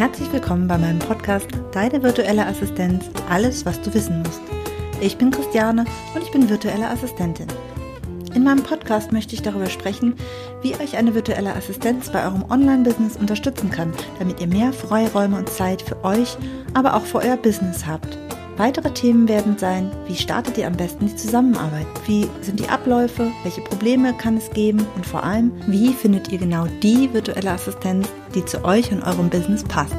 Herzlich willkommen bei meinem Podcast Deine virtuelle Assistenz – alles, was du wissen musst. Ich bin Christiane und ich bin virtuelle Assistentin. In meinem Podcast möchte ich darüber sprechen, wie euch eine virtuelle Assistenz bei eurem Online-Business unterstützen kann, damit ihr mehr Freiräume und Zeit für euch, aber auch für euer Business habt. Weitere Themen werden sein, wie startet ihr am besten die Zusammenarbeit? Wie sind die Abläufe? Welche Probleme kann es geben? Und vor allem, wie findet ihr genau die virtuelle Assistenz, die zu euch und eurem Business passt?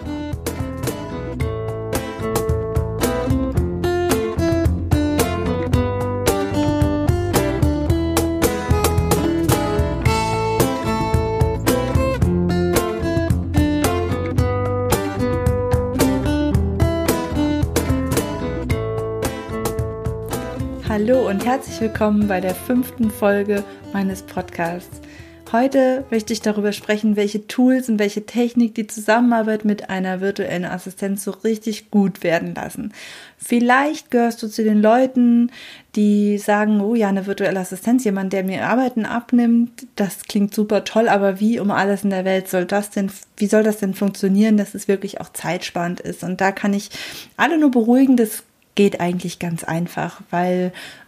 Hallo und herzlich willkommen bei der 5. Folge meines Podcasts. Heute möchte ich darüber sprechen, welche Tools und welche Technik die Zusammenarbeit mit einer virtuellen Assistenz so richtig gut werden lassen. Vielleicht gehörst du zu den Leuten, die sagen, oh ja, eine virtuelle Assistenz, jemand, der mir Arbeiten abnimmt, das klingt super toll, aber wie um alles in der Welt wie soll das denn funktionieren, dass es wirklich auch zeitsparend ist? Und da kann ich alle nur beruhigen, das geht eigentlich ganz einfach, weil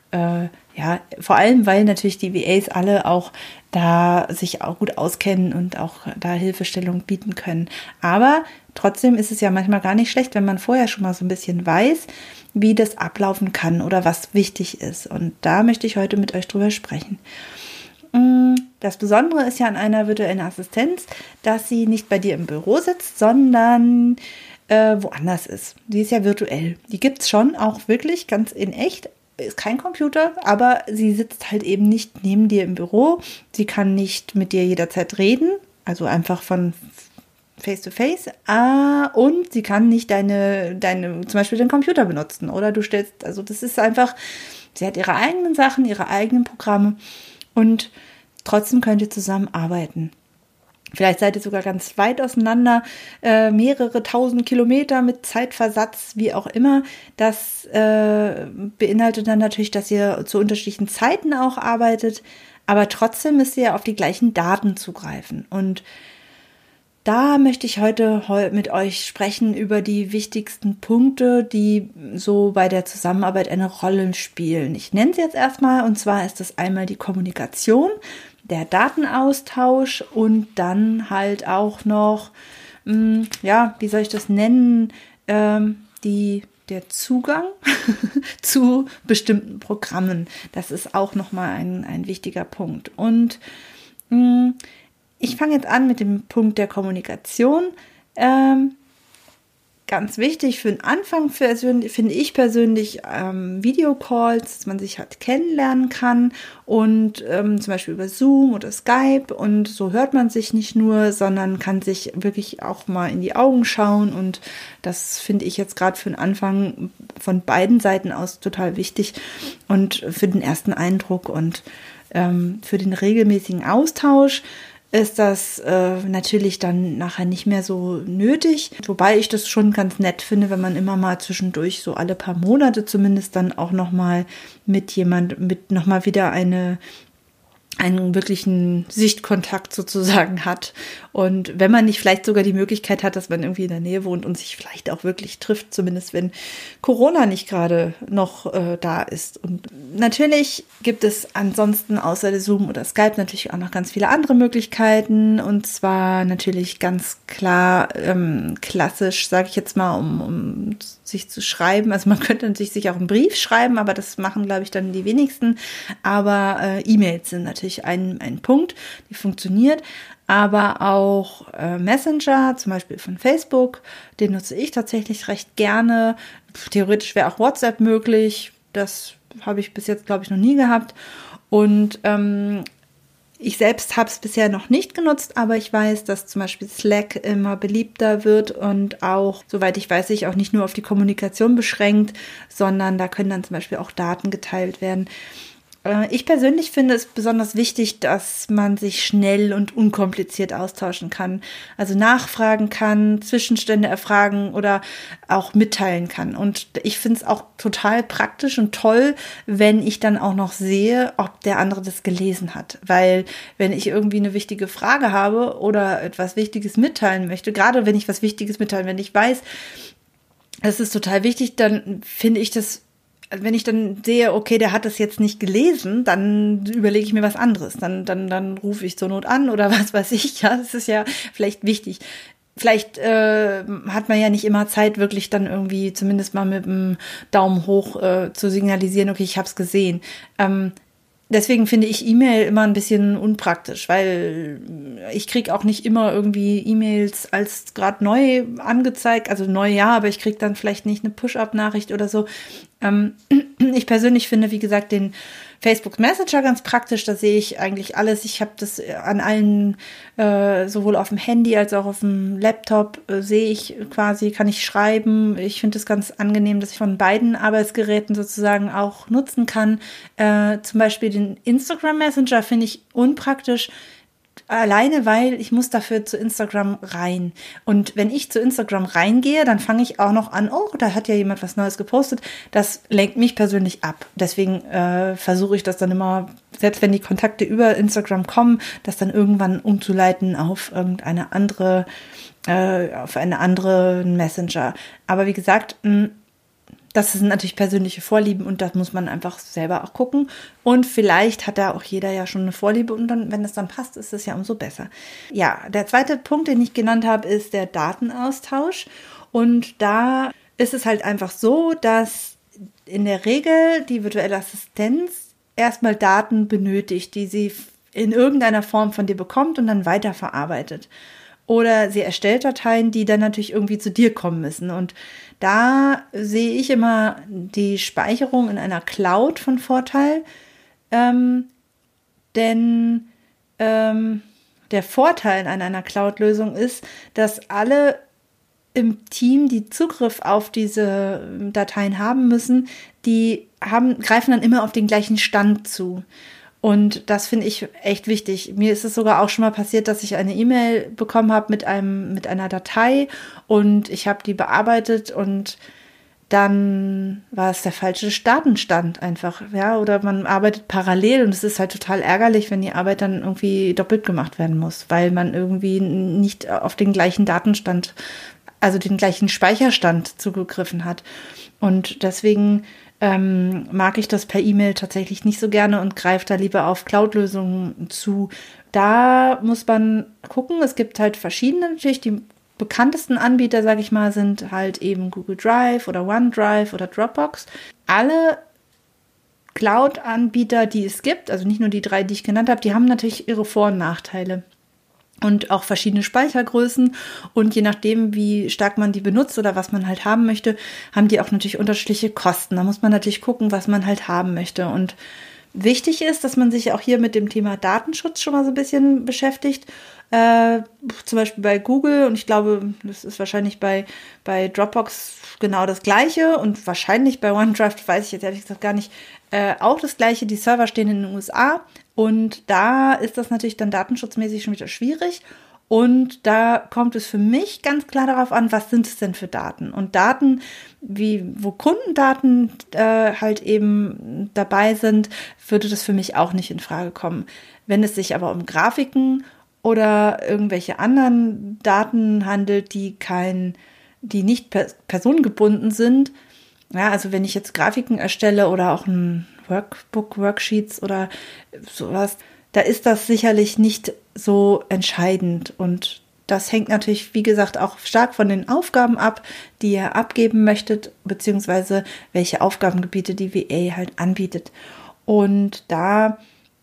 vor allem, weil natürlich die VAs alle auch da sich auch gut auskennen und auch da Hilfestellung bieten können. Aber trotzdem ist es ja manchmal gar nicht schlecht, wenn man vorher schon mal so ein bisschen weiß, wie das ablaufen kann oder was wichtig ist. Und da möchte ich heute mit euch drüber sprechen. Das Besondere ist ja an einer virtuellen Assistenz, dass sie nicht bei dir im Büro sitzt, sondern woanders ist. Die ist ja virtuell. Die gibt es schon auch wirklich ganz in echt. Ist kein Computer, aber sie sitzt halt eben nicht neben dir im Büro. Sie kann nicht mit dir jederzeit reden, also einfach von Face to Face. Und sie kann nicht deine zum Beispiel den Computer benutzen. Oder das ist einfach, sie hat ihre eigenen Sachen, ihre eigenen Programme und trotzdem könnt ihr zusammenarbeiten. Vielleicht seid ihr sogar ganz weit auseinander, mehrere 1000 Kilometer mit Zeitversatz, wie auch immer. Das beinhaltet dann natürlich, dass ihr zu unterschiedlichen Zeiten auch arbeitet, aber trotzdem müsst ihr auf die gleichen Daten zugreifen. Und da möchte ich heute mit euch sprechen über die wichtigsten Punkte, die so bei der Zusammenarbeit eine Rolle spielen. Ich nenne sie jetzt erstmal, und zwar ist das einmal die Kommunikation, der Datenaustausch und dann halt auch noch, wie soll ich das nennen, der Zugang zu bestimmten Programmen. Das ist auch nochmal ein wichtiger Punkt. Und ich fange jetzt an mit dem Punkt der Kommunikation. Ganz wichtig für den Anfang finde ich persönlich Videocalls, dass man sich halt kennenlernen kann und zum Beispiel über Zoom oder Skype, und so hört man sich nicht nur, sondern kann sich wirklich auch mal in die Augen schauen, und das finde ich jetzt gerade für den Anfang von beiden Seiten aus total wichtig und für den ersten Eindruck und für den regelmäßigen Austausch ist das natürlich dann nachher nicht mehr so nötig. Wobei ich das schon ganz nett finde, wenn man immer mal zwischendurch, so alle paar Monate zumindest, dann auch nochmal nochmal wieder einen wirklichen Sichtkontakt sozusagen hat. Und wenn man nicht vielleicht sogar die Möglichkeit hat, dass man irgendwie in der Nähe wohnt und sich vielleicht auch wirklich trifft, zumindest wenn Corona nicht gerade noch da ist. Und natürlich gibt es ansonsten außer der Zoom oder Skype natürlich auch noch ganz viele andere Möglichkeiten. Und zwar natürlich ganz klar klassisch, sage ich jetzt mal, um sich zu schreiben. Also man könnte natürlich sich auch einen Brief schreiben, aber das machen, glaube ich, dann die wenigsten. Aber E-Mails sind natürlich ein Punkt, die funktioniert. Aber auch Messenger, zum Beispiel von Facebook, den nutze ich tatsächlich recht gerne. Theoretisch wäre auch WhatsApp möglich. Das habe ich bis jetzt, glaube ich, noch nie gehabt. Und ich selbst habe es bisher noch nicht genutzt, aber ich weiß, dass zum Beispiel Slack immer beliebter wird und auch, soweit ich weiß, sich auch nicht nur auf die Kommunikation beschränkt, sondern da können dann zum Beispiel auch Daten geteilt werden. Ich persönlich finde es besonders wichtig, dass man sich schnell und unkompliziert austauschen kann. Also nachfragen kann, Zwischenstände erfragen oder auch mitteilen kann. Und ich finde es auch total praktisch und toll, wenn ich dann auch noch sehe, ob der andere das gelesen hat. Weil wenn ich irgendwie eine wichtige Frage habe oder etwas Wichtiges mitteilen möchte, gerade wenn ich was Wichtiges mitteilen, wenn ich weiß, das ist total wichtig, dann finde ich das, wenn ich dann sehe, okay, der hat das jetzt nicht gelesen, dann überlege ich mir was anderes. Dann rufe ich zur Not an oder was weiß ich. Ja, das ist ja vielleicht wichtig. Vielleicht hat man ja nicht immer Zeit, wirklich dann irgendwie zumindest mal mit dem Daumen hoch zu signalisieren, okay, ich habe es gesehen. Deswegen finde ich E-Mail immer ein bisschen unpraktisch, weil ich kriege auch nicht immer irgendwie E-Mails als gerade neu angezeigt, also neu ja, aber ich kriege dann vielleicht nicht eine Push-Up-Nachricht oder so. Ich persönlich finde, wie gesagt, den Facebook Messenger ganz praktisch, da sehe ich eigentlich alles. Ich habe das an allen, sowohl auf dem Handy als auch auf dem Laptop sehe ich quasi, kann ich schreiben. Ich finde es ganz angenehm, dass ich von beiden Arbeitsgeräten sozusagen auch nutzen kann. Zum Beispiel den Instagram Messenger finde ich unpraktisch, alleine, weil ich muss dafür zu Instagram rein. Und wenn ich zu Instagram reingehe, dann fange ich auch noch an, oh, da hat ja jemand was Neues gepostet. Das lenkt mich persönlich ab. Deswegen versuche ich das dann immer, selbst wenn die Kontakte über Instagram kommen, das dann irgendwann umzuleiten auf irgendeine andere, auf einen anderen Messenger. Aber wie gesagt, das sind natürlich persönliche Vorlieben und das muss man einfach selber auch gucken. Und vielleicht hat da auch jeder ja schon eine Vorliebe und dann, wenn es dann passt, ist es ja umso besser. Ja, der zweite Punkt, den ich genannt habe, ist der Datenaustausch. Und da ist es halt einfach so, dass in der Regel die virtuelle Assistenz erstmal Daten benötigt, die sie in irgendeiner Form von dir bekommt und dann weiterverarbeitet. Oder sie erstellt Dateien, die dann natürlich irgendwie zu dir kommen müssen. Und da sehe ich immer die Speicherung in einer Cloud von Vorteil. Denn der Vorteil an einer Cloud-Lösung ist, dass alle im Team, die Zugriff auf diese Dateien haben müssen, greifen dann immer auf den gleichen Stand zu. Und das finde ich echt wichtig. Mir ist es sogar auch schon mal passiert, dass ich eine E-Mail bekommen habe mit einer Datei und ich habe die bearbeitet und dann war es der falsche Datenstand einfach, ja, oder man arbeitet parallel und es ist halt total ärgerlich, wenn die Arbeit dann irgendwie doppelt gemacht werden muss, weil man irgendwie nicht auf den gleichen Datenstand, also den gleichen Speicherstand zugegriffen hat. Und deswegen mag ich das per E-Mail tatsächlich nicht so gerne und greife da lieber auf Cloud-Lösungen zu. Da muss man gucken, es gibt halt verschiedene, natürlich die bekanntesten Anbieter, sage ich mal, sind halt eben Google Drive oder OneDrive oder Dropbox. Alle Cloud-Anbieter, die es gibt, also nicht nur die 3, die ich genannt habe, die haben natürlich ihre Vor- und Nachteile. Und auch verschiedene Speichergrößen und je nachdem, wie stark man die benutzt oder was man halt haben möchte, haben die auch natürlich unterschiedliche Kosten. Da muss man natürlich gucken, was man halt haben möchte. Und wichtig ist, dass man sich auch hier mit dem Thema Datenschutz schon mal so ein bisschen beschäftigt. Zum Beispiel bei Google und ich glaube, das ist wahrscheinlich bei Dropbox genau das Gleiche und wahrscheinlich bei OneDrive, weiß ich jetzt ehrlich gesagt gar nicht, auch das Gleiche. Die Server stehen in den USA und da ist das natürlich dann datenschutzmäßig schon wieder schwierig. Und da kommt es für mich ganz klar darauf an, was sind es denn für Daten? Und Daten, wo Kundendaten halt eben dabei sind, würde das für mich auch nicht in Frage kommen. Wenn es sich aber um Grafiken oder irgendwelche anderen Daten handelt, die nicht personengebunden sind, ja, also wenn ich jetzt Grafiken erstelle oder auch ein Workbook, Worksheets oder sowas, da ist das sicherlich nicht so entscheidend. Und das hängt natürlich, wie gesagt, auch stark von den Aufgaben ab, die ihr abgeben möchtet, beziehungsweise welche Aufgabengebiete die VA halt anbietet. Und da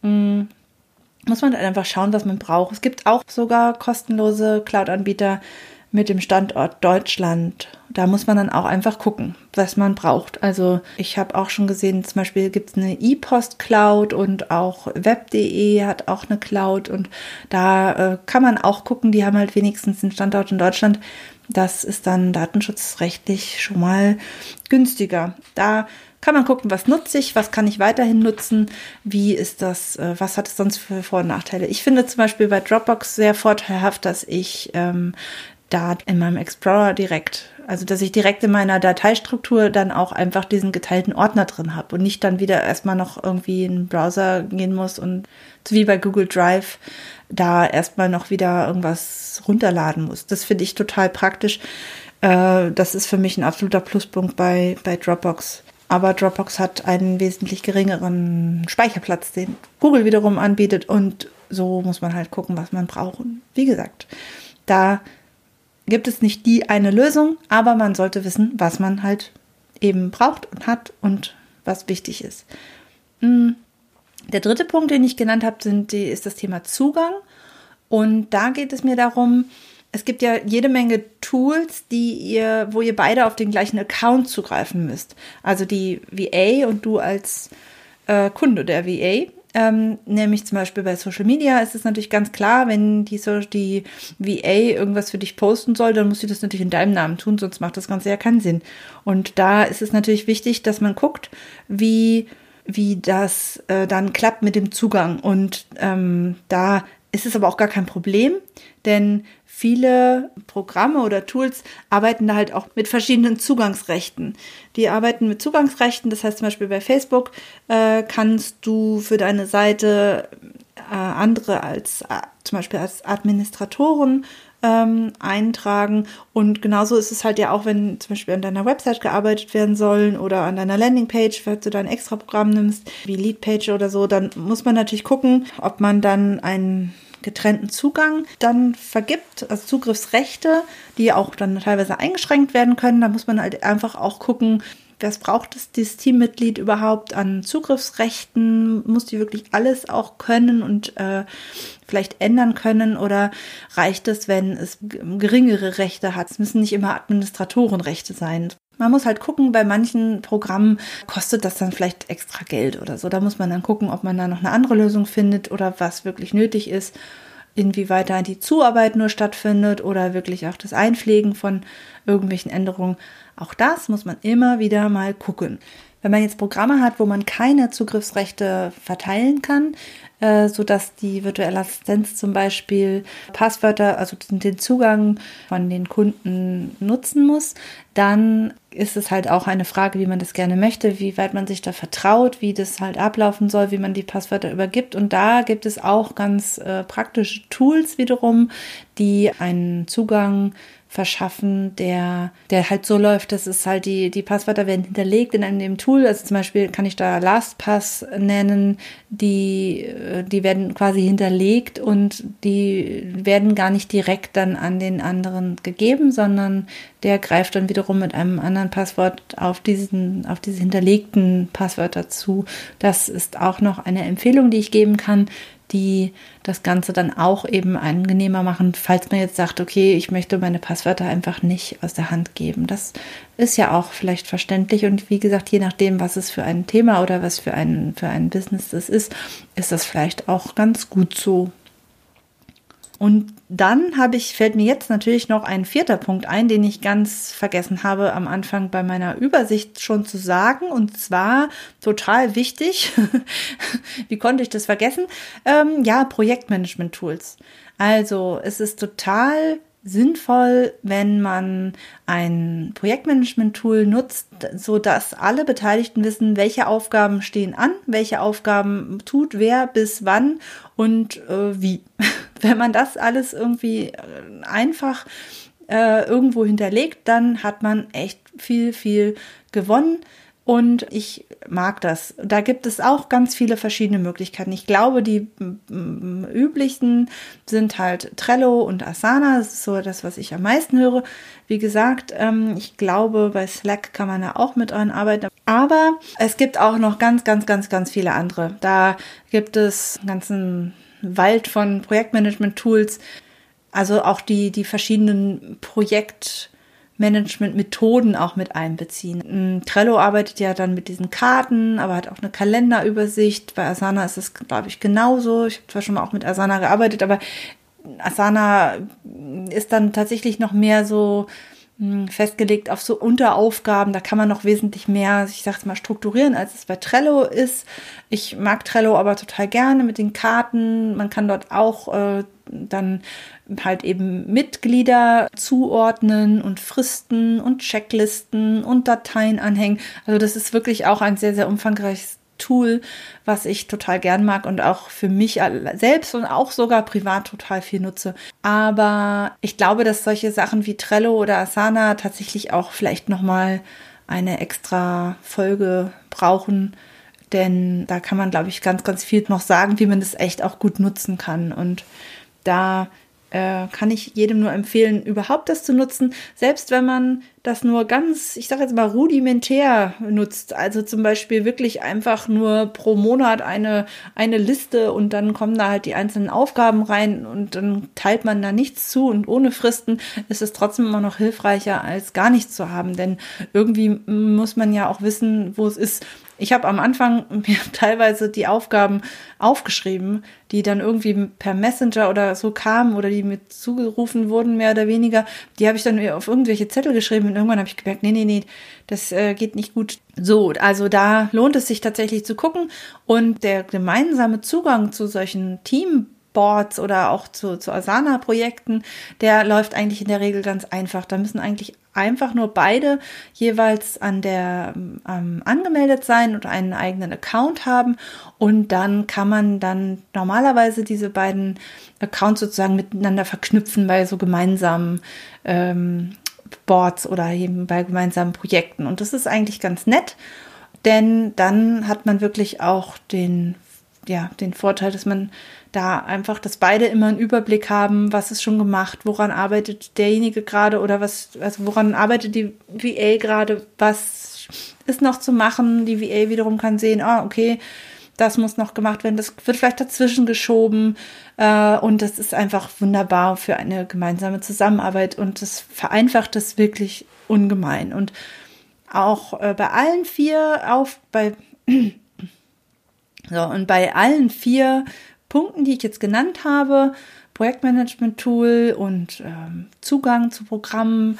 muss man dann einfach schauen, was man braucht. Es gibt auch sogar kostenlose Cloud-Anbieter mit dem Standort Deutschland. Da muss man dann auch einfach gucken, was man braucht. Also ich habe auch schon gesehen, zum Beispiel gibt es eine E-Post-Cloud und auch web.de hat auch eine Cloud und da kann man auch gucken, die haben halt wenigstens einen Standort in Deutschland. Das ist dann datenschutzrechtlich schon mal günstiger. Da kann man gucken, was nutze ich, was kann ich weiterhin nutzen, wie ist das, was hat es sonst für Vor- und Nachteile. Ich finde zum Beispiel bei Dropbox sehr vorteilhaft, dass ich da in meinem Explorer dass ich direkt in meiner Dateistruktur dann auch einfach diesen geteilten Ordner drin habe und nicht dann wieder erstmal noch irgendwie in den Browser gehen muss und so wie bei Google Drive da erstmal noch wieder irgendwas runterladen muss. Das finde ich total praktisch. Das ist für mich ein absoluter Pluspunkt bei Dropbox. Aber Dropbox hat einen wesentlich geringeren Speicherplatz, den Google wiederum anbietet. Und so muss man halt gucken, was man braucht. Und wie gesagt, da gibt es nicht die eine Lösung, aber man sollte wissen, was man halt eben braucht und hat und was wichtig ist. Der dritte Punkt, den ich genannt habe, ist das Thema Zugang. Und da geht es mir darum, es gibt ja jede Menge Tools, wo ihr beide auf den gleichen Account zugreifen müsst. Also die VA und du als Kunde der VA. Nämlich zum Beispiel bei Social Media ist es natürlich ganz klar, wenn die VA irgendwas für dich posten soll, dann muss sie das natürlich in deinem Namen tun, sonst macht das Ganze ja keinen Sinn. Und da ist es natürlich wichtig, dass man guckt, wie das dann klappt mit dem Zugang. Und da ist es aber auch gar kein Problem, denn viele Programme oder Tools arbeiten da halt auch mit verschiedenen Zugangsrechten. Die arbeiten mit Zugangsrechten, das heißt zum Beispiel bei Facebook kannst du für deine Seite andere zum Beispiel als Administratoren eintragen und genauso ist es halt ja auch, wenn zum Beispiel an deiner Website gearbeitet werden sollen oder an deiner Landingpage, falls du da ein extra Programm nimmst, wie Leadpage oder so, dann muss man natürlich gucken, ob man dann einen getrennten Zugang dann vergibt, also Zugriffsrechte, die auch dann teilweise eingeschränkt werden können. Da muss man halt einfach auch gucken, was braucht dieses Teammitglied überhaupt an Zugriffsrechten? Muss die wirklich alles auch können und vielleicht ändern können oder reicht es, wenn es geringere Rechte hat? Es müssen nicht immer Administratorenrechte sein. Man muss halt gucken, bei manchen Programmen kostet das dann vielleicht extra Geld oder so. Da muss man dann gucken, ob man da noch eine andere Lösung findet oder was wirklich nötig ist, inwieweit da die Zuarbeit nur stattfindet oder wirklich auch das Einpflegen von irgendwelchen Änderungen. Auch das muss man immer wieder mal gucken. Wenn man jetzt Programme hat, wo man keine Zugriffsrechte verteilen kann, sodass die virtuelle Assistenz zum Beispiel Passwörter, also den Zugang von den Kunden nutzen muss, dann ist es halt auch eine Frage, wie man das gerne möchte, wie weit man sich da vertraut, wie das halt ablaufen soll, wie man die Passwörter übergibt. Und da gibt es auch ganz praktische Tools wiederum, die einen Zugang verschaffen, der halt so läuft, dass es halt die Passwörter werden hinterlegt in einem Tool. Also zum Beispiel kann ich da LastPass nennen, die werden quasi hinterlegt und die werden gar nicht direkt dann an den anderen gegeben, sondern der greift dann wiederum mit einem anderen Passwort auf diese hinterlegten Passwörter zu. Das ist auch noch eine Empfehlung, die ich geben kann, die das Ganze dann auch eben angenehmer machen, falls man jetzt sagt, okay, ich möchte meine Passwörter einfach nicht aus der Hand geben. Das ist ja auch vielleicht verständlich und wie gesagt, je nachdem, was es für ein Thema oder was für ein Business das ist das vielleicht auch ganz gut so. Und dann fällt mir jetzt natürlich noch ein vierter Punkt ein, den ich ganz vergessen habe am Anfang bei meiner Übersicht schon zu sagen. Und zwar total wichtig, wie konnte ich das vergessen? Projektmanagement-Tools. Also es ist total sinnvoll, wenn man ein Projektmanagement-Tool nutzt, so dass alle Beteiligten wissen, welche Aufgaben stehen an, welche Aufgaben tut wer bis wann und wie. Wenn man das alles irgendwie einfach irgendwo hinterlegt, dann hat man echt viel, viel gewonnen. Und ich mag das. Da gibt es auch ganz viele verschiedene Möglichkeiten. Ich glaube, die üblichsten sind halt Trello und Asana. Das ist so das, was ich am meisten höre. Wie gesagt, ich glaube, bei Slack kann man da auch mit dran arbeiten. Aber es gibt auch noch ganz, ganz, ganz, ganz viele andere. Da gibt es einen ganzen Wald von Projektmanagement-Tools. Also auch die verschiedenen Projektmanagement-Methoden auch mit einbeziehen. Trello arbeitet ja dann mit diesen Karten, aber hat auch eine Kalenderübersicht. Bei Asana ist es, glaube ich, genauso. Ich habe zwar schon mal auch mit Asana gearbeitet, aber Asana ist dann tatsächlich noch mehr so festgelegt auf so Unteraufgaben. Da kann man noch wesentlich mehr, ich sag's mal, strukturieren, als es bei Trello ist. Ich mag Trello aber total gerne mit den Karten. Man kann dort auch dann halt eben Mitglieder zuordnen und Fristen und Checklisten und Dateien anhängen. Also das ist wirklich auch ein sehr, sehr umfangreiches Tool, was ich total gern mag und auch für mich selbst und auch sogar privat total viel nutze. Aber ich glaube, dass solche Sachen wie Trello oder Asana tatsächlich auch vielleicht nochmal eine extra Folge brauchen, denn da kann man, glaube ich, ganz, ganz viel noch sagen, wie man das echt auch gut nutzen kann. Und da kann ich jedem nur empfehlen, überhaupt das zu nutzen, selbst wenn man das nur ganz, ich sage jetzt mal, rudimentär nutzt. Also zum Beispiel wirklich einfach nur pro Monat eine Liste und dann kommen da halt die einzelnen Aufgaben rein und dann teilt man da nichts zu und ohne Fristen ist es trotzdem immer noch hilfreicher, als gar nichts zu haben, denn irgendwie muss man ja auch wissen, wo es ist. Ich habe am Anfang mir teilweise die Aufgaben aufgeschrieben, die dann irgendwie per Messenger oder so kamen oder die mir zugerufen wurden, mehr oder weniger. Die habe ich dann auf irgendwelche Zettel geschrieben und irgendwann habe ich gemerkt, nee, das geht nicht gut. So, also da lohnt es sich tatsächlich zu gucken und der gemeinsame Zugang zu solchen Teamboards oder auch zu Asana-Projekten, der läuft eigentlich in der Regel ganz einfach. Da müssen eigentlich einfach nur beide jeweils angemeldet sein und einen eigenen Account haben und dann kann man dann normalerweise diese beiden Accounts sozusagen miteinander verknüpfen bei so gemeinsamen Boards oder eben bei gemeinsamen Projekten und das ist eigentlich ganz nett, denn dann hat man wirklich auch den Vorteil, dass man da einfach, dass beide immer einen Überblick haben, was ist schon gemacht, woran arbeitet derjenige gerade oder woran arbeitet die VA gerade, was ist noch zu machen. Die VA wiederum kann sehen, okay, das muss noch gemacht werden, das wird vielleicht dazwischen geschoben und das ist einfach wunderbar für eine gemeinsame Zusammenarbeit und das vereinfacht es wirklich ungemein. Und auch bei allen vier Punkten, die ich jetzt genannt habe, Projektmanagement-Tool und Zugang zu Programmen,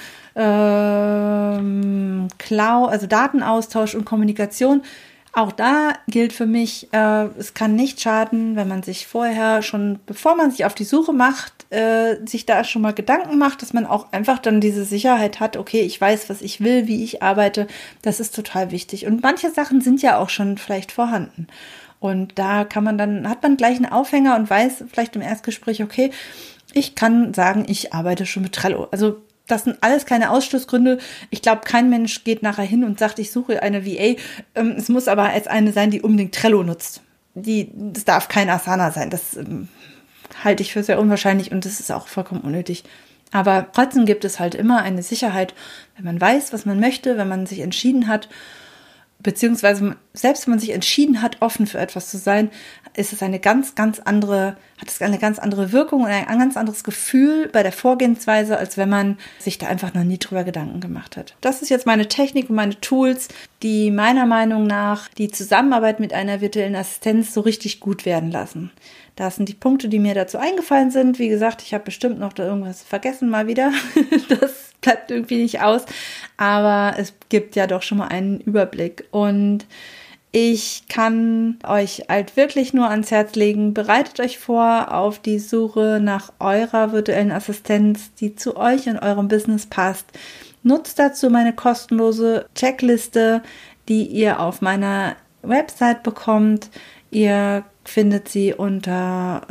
Cloud, also Datenaustausch und Kommunikation, auch da gilt für mich, es kann nicht schaden, wenn man sich vorher schon, bevor man sich auf die Suche macht, sich da schon mal Gedanken macht, dass man auch einfach dann diese Sicherheit hat, okay, ich weiß, was ich will, wie ich arbeite, das ist total wichtig. Und manche Sachen sind ja auch schon vielleicht vorhanden. Und da hat man gleich einen Aufhänger und weiß vielleicht im Erstgespräch, okay, ich kann sagen, ich arbeite schon mit Trello. Also das sind alles keine Ausschlussgründe. Ich glaube, kein Mensch geht nachher hin und sagt, ich suche eine VA. Es muss aber als eine sein, die unbedingt Trello nutzt. Das darf kein Asana sein. Das halte ich für sehr unwahrscheinlich und das ist auch vollkommen unnötig. Aber trotzdem gibt es halt immer eine Sicherheit, wenn man weiß, was man möchte, wenn man sich entschieden hat, beziehungsweise selbst wenn man sich entschieden hat, offen für etwas zu sein, ist es hat es eine ganz andere Wirkung und ein ganz anderes Gefühl bei der Vorgehensweise, als wenn man sich da einfach noch nie drüber Gedanken gemacht hat. Das ist jetzt meine Technik und meine Tools, die meiner Meinung nach die Zusammenarbeit mit einer virtuellen Assistenz so richtig gut werden lassen. Das sind die Punkte, die mir dazu eingefallen sind. Wie gesagt, ich habe bestimmt noch da irgendwas vergessen mal wieder. Das bleibt irgendwie nicht aus. Aber es gibt ja doch schon mal einen Überblick. Und ich kann euch halt wirklich nur ans Herz legen, bereitet euch vor auf die Suche nach eurer virtuellen Assistenz, die zu euch und eurem Business passt. Nutzt dazu meine kostenlose Checkliste, die ihr auf meiner Website bekommt. Ihr findet sie unter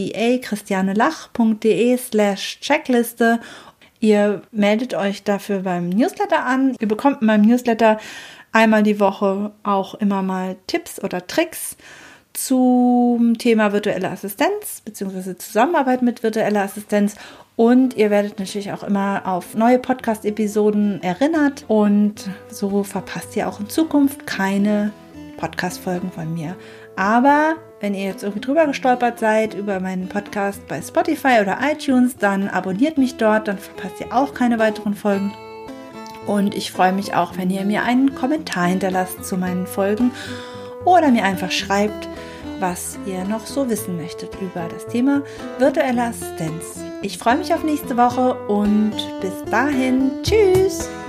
va.christianelach.de/Checkliste. Ihr meldet euch dafür beim Newsletter an. Ihr bekommt in meinem Newsletter einmal die Woche auch immer mal Tipps oder Tricks zum Thema virtuelle Assistenz bzw. Zusammenarbeit mit virtueller Assistenz. Und ihr werdet natürlich auch immer auf neue Podcast-Episoden erinnert. Und so verpasst ihr auch in Zukunft keine Podcast-Folgen von mir. Aber wenn ihr jetzt irgendwie drüber gestolpert seid über meinen Podcast bei Spotify oder iTunes, dann abonniert mich dort, dann verpasst ihr auch keine weiteren Folgen. Und ich freue mich auch, wenn ihr mir einen Kommentar hinterlasst zu meinen Folgen. oder mir einfach schreibt, was ihr noch so wissen möchtet über das Thema virtuelle Assistenz. Ich freue mich auf nächste Woche und bis dahin, tschüss!